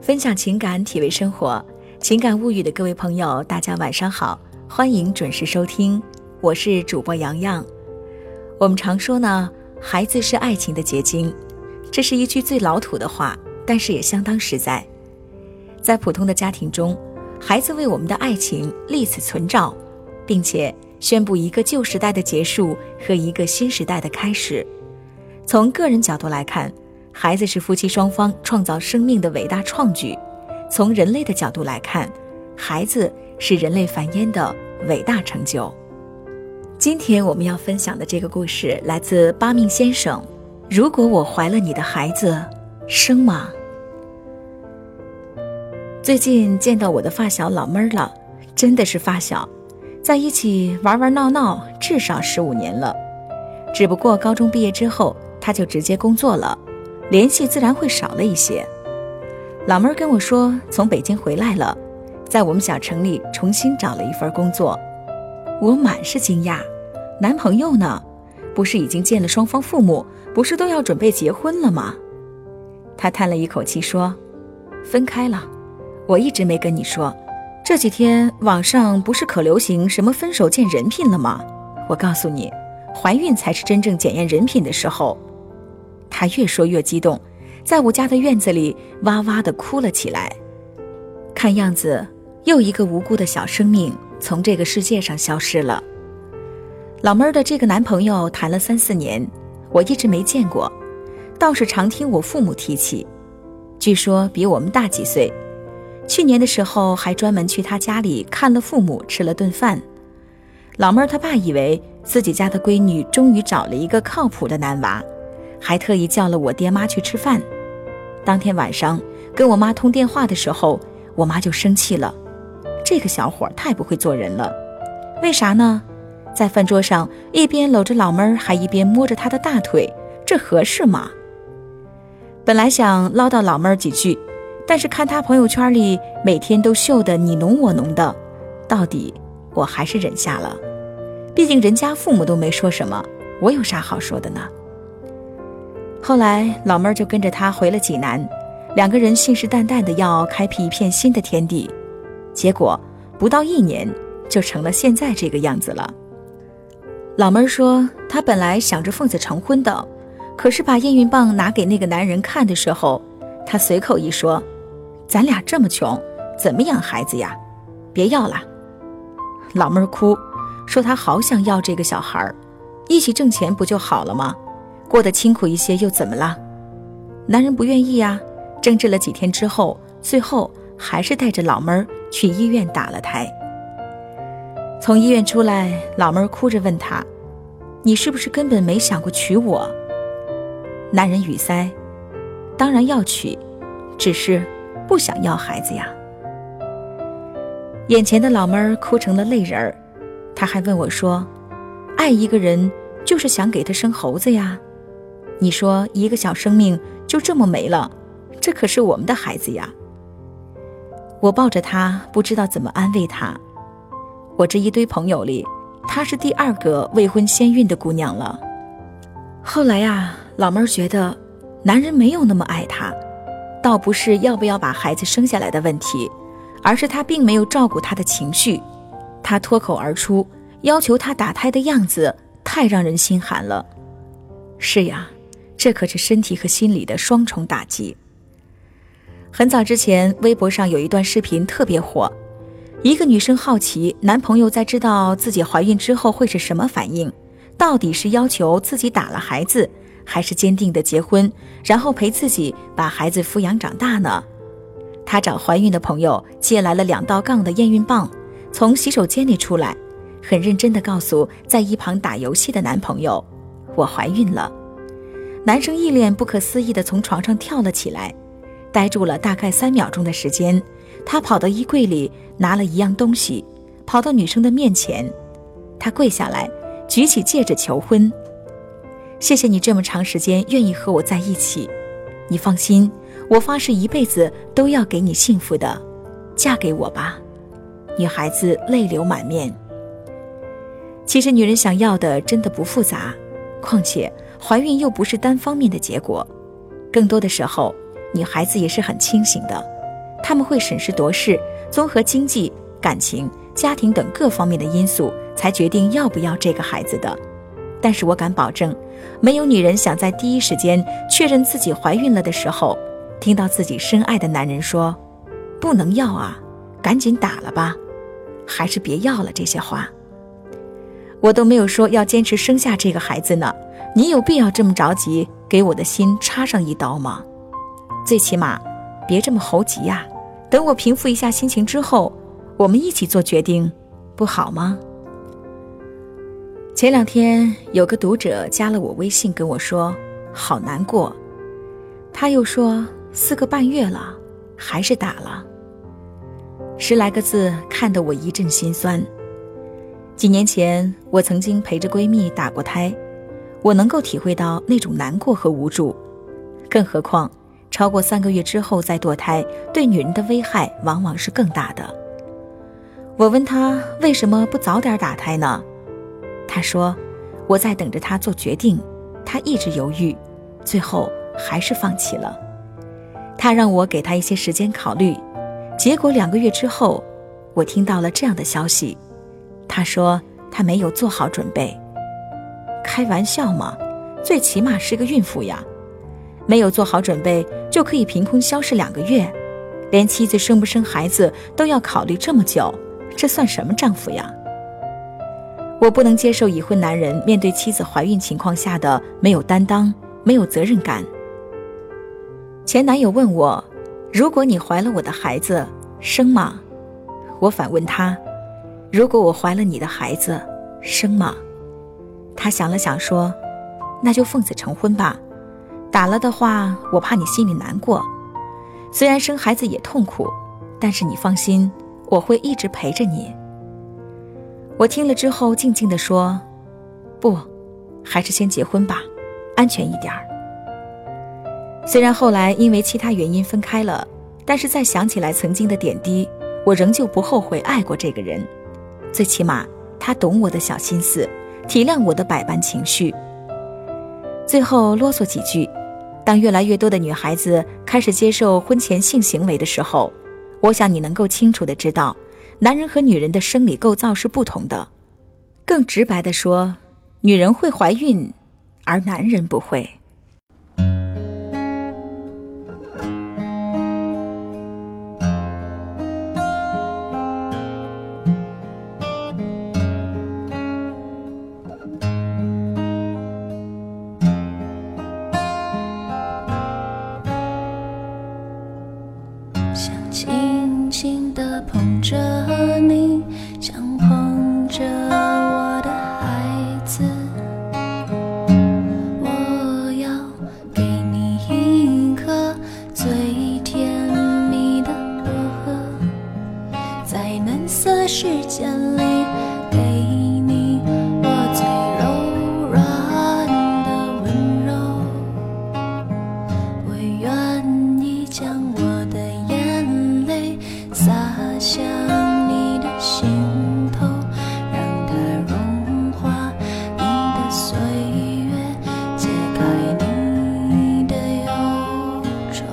分享情感，体味生活，情感物语的各位朋友，大家晚上好，欢迎准时收听，我是主播洋洋。我们常说呢，孩子是爱情的结晶，这是一句最老土的话，但是也相当实在。在普通的家庭中，孩子为我们的爱情立此存照，并且宣布一个旧时代的结束和一个新时代的开始。从个人角度来看，孩子是夫妻双方创造生命的伟大创举；从人类的角度来看，孩子是人类繁衍的伟大成就。今天我们要分享的这个故事来自巴命先生。如果我怀了你的孩子，生吗？最近见到我的发小老妹儿了，真的是发小，在一起玩玩闹闹至少15年了。只不过高中毕业之后，她就直接工作了，联系自然会少了一些。老妹儿跟我说从北京回来了，在我们小城里重新找了一份工作。我满是惊讶，男朋友呢？不是已经见了双方父母，不是都要准备结婚了吗？她叹了一口气说，分开了。我一直没跟你说，这几天网上不是可流行什么分手见人品了吗？我告诉你，怀孕才是真正检验人品的时候。她越说越激动，在我家的院子里哇哇地哭了起来。看样子，又一个无辜的小生命从这个世界上消失了。老妹儿的这个男朋友谈了3-4年，我一直没见过，倒是常听我父母提起。据说比我们大几岁，去年的时候还专门去他家里看了父母，吃了顿饭。老妹儿她爸以为自己家的闺女终于找了一个靠谱的男娃，还特意叫了我爹妈去吃饭。当天晚上跟我妈通电话的时候，我妈就生气了，这个小伙太不会做人了。为啥呢？在饭桌上一边搂着老妹儿，还一边摸着她的大腿，这合适吗？本来想唠叨老妹儿几句，但是看她朋友圈里每天都秀得你侬我侬的，到底我还是忍下了。毕竟人家父母都没说什么，我有啥好说的呢？后来老妹儿就跟着他回了济南，2个人信誓旦旦的要开辟一片新的天地，结果不到1年就成了现在这个样子了。老妹儿说，她本来想着奉子成婚的，可是把验孕棒拿给那个男人看的时候，她随口一说，咱俩这么穷，怎么养孩子呀？别要了。老妹儿哭，说她好想要这个小孩，一起挣钱不就好了吗？过得辛苦一些又怎么了？男人不愿意啊，争执了几天之后，最后还是带着老妹儿去医院打了胎。从医院出来，老妹儿哭着问他，你是不是根本没想过娶我？男人语塞，当然要娶，只是不想要孩子呀。眼前的老妹儿哭成了泪人儿，她还问我说，爱一个人就是想给他生猴子呀？你说一个小生命就这么没了，这可是我们的孩子呀。我抱着她，不知道怎么安慰她。我这一堆朋友里，她是第2个未婚先孕的姑娘了。后来呀，老妹儿觉得男人没有那么爱她，倒不是要不要把孩子生下来的问题，而是他并没有照顾她的情绪。她脱口而出要求她打胎的样子太让人心寒了。是呀，这可是身体和心理的双重打击。很早之前，微博上有一段视频特别火，一个女生好奇男朋友在知道自己怀孕之后会是什么反应，到底是要求自己打了孩子，还是坚定的结婚，然后陪自己把孩子抚养长大呢？她找怀孕的朋友借来了2道杠的验孕棒，从洗手间里出来，很认真地告诉在一旁打游戏的男朋友，我怀孕了。男生一脸不可思议地从床上跳了起来，呆住了大概3秒钟的时间，他跑到衣柜里拿了一样东西，跑到女生的面前，他跪下来举起戒指求婚。谢谢你这么长时间愿意和我在一起，你放心，我发誓一辈子都要给你幸福的，嫁给我吧。女孩子泪流满面。其实女人想要的真的不复杂，况且怀孕又不是单方面的结果，更多的时候女孩子也是很清醒的， 他们会审时度势，综合经济、感情、家庭等各方面的因素，才决定要不要这个孩子的。但是我敢保证，没有女人想在第一时间确认自己怀孕了的时候，听到自己深爱的男人说不能要啊，赶紧打了吧，还是别要了这些话。我都没有说要坚持生下这个孩子呢，你有必要这么着急给我的心插上一刀吗？最起码别这么猴急呀，等我平复一下心情之后，我们一起做决定，不好吗？前2天有个读者加了我微信跟我说好难过，他又说4个半月了还是打了，10来个字看得我一阵心酸。几年前我曾经陪着闺蜜打过胎，我能够体会到那种难过和无助，更何况超过3个月之后再堕胎，对女人的危害往往是更大的。我问她为什么不早点打胎呢？她说我在等着她做决定，她一直犹豫，最后还是放弃了。她让我给她一些时间考虑，结果2个月之后，我听到了这样的消息。她说她没有做好准备。开玩笑吗？最起码是个孕妇呀，没有做好准备就可以凭空消失2个月，连妻子生不生孩子都要考虑这么久，这算什么丈夫呀？我不能接受已婚男人面对妻子怀孕情况下的没有担当、没有责任感。前男友问我，如果你怀了我的孩子，生吗？我反问他，如果我怀了你的孩子，生吗？他想了想说，那就奉子成婚吧，打了的话我怕你心里难过，虽然生孩子也痛苦，但是你放心，我会一直陪着你。我听了之后静静地说，不，还是先结婚吧，安全一点儿。虽然后来因为其他原因分开了，但是再想起来曾经的点滴，我仍旧不后悔爱过这个人。最起码他懂我的小心思，体谅我的百般情绪。最后啰嗦几句，当越来越多的女孩子开始接受婚前性行为的时候，我想你能够清楚地知道，男人和女人的生理构造是不同的。更直白地说，女人会怀孕，而男人不会。 想轻轻地碰着你，像碰着我的孩子，我要给你一颗最甜蜜的吻，在蓝色世界里给你我最柔软的温柔，我愿意将我的眼泪洒向你的心头，让它融化你的岁月，解开你的忧愁。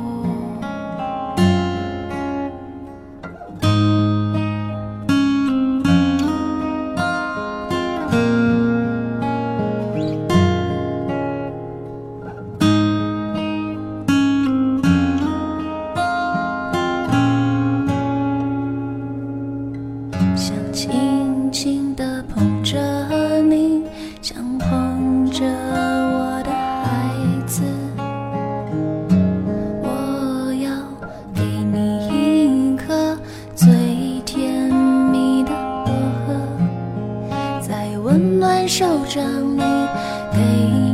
想轻轻地碰着你，像碰着我的孩子，我要给你一颗最甜蜜的吻，在温暖手掌里给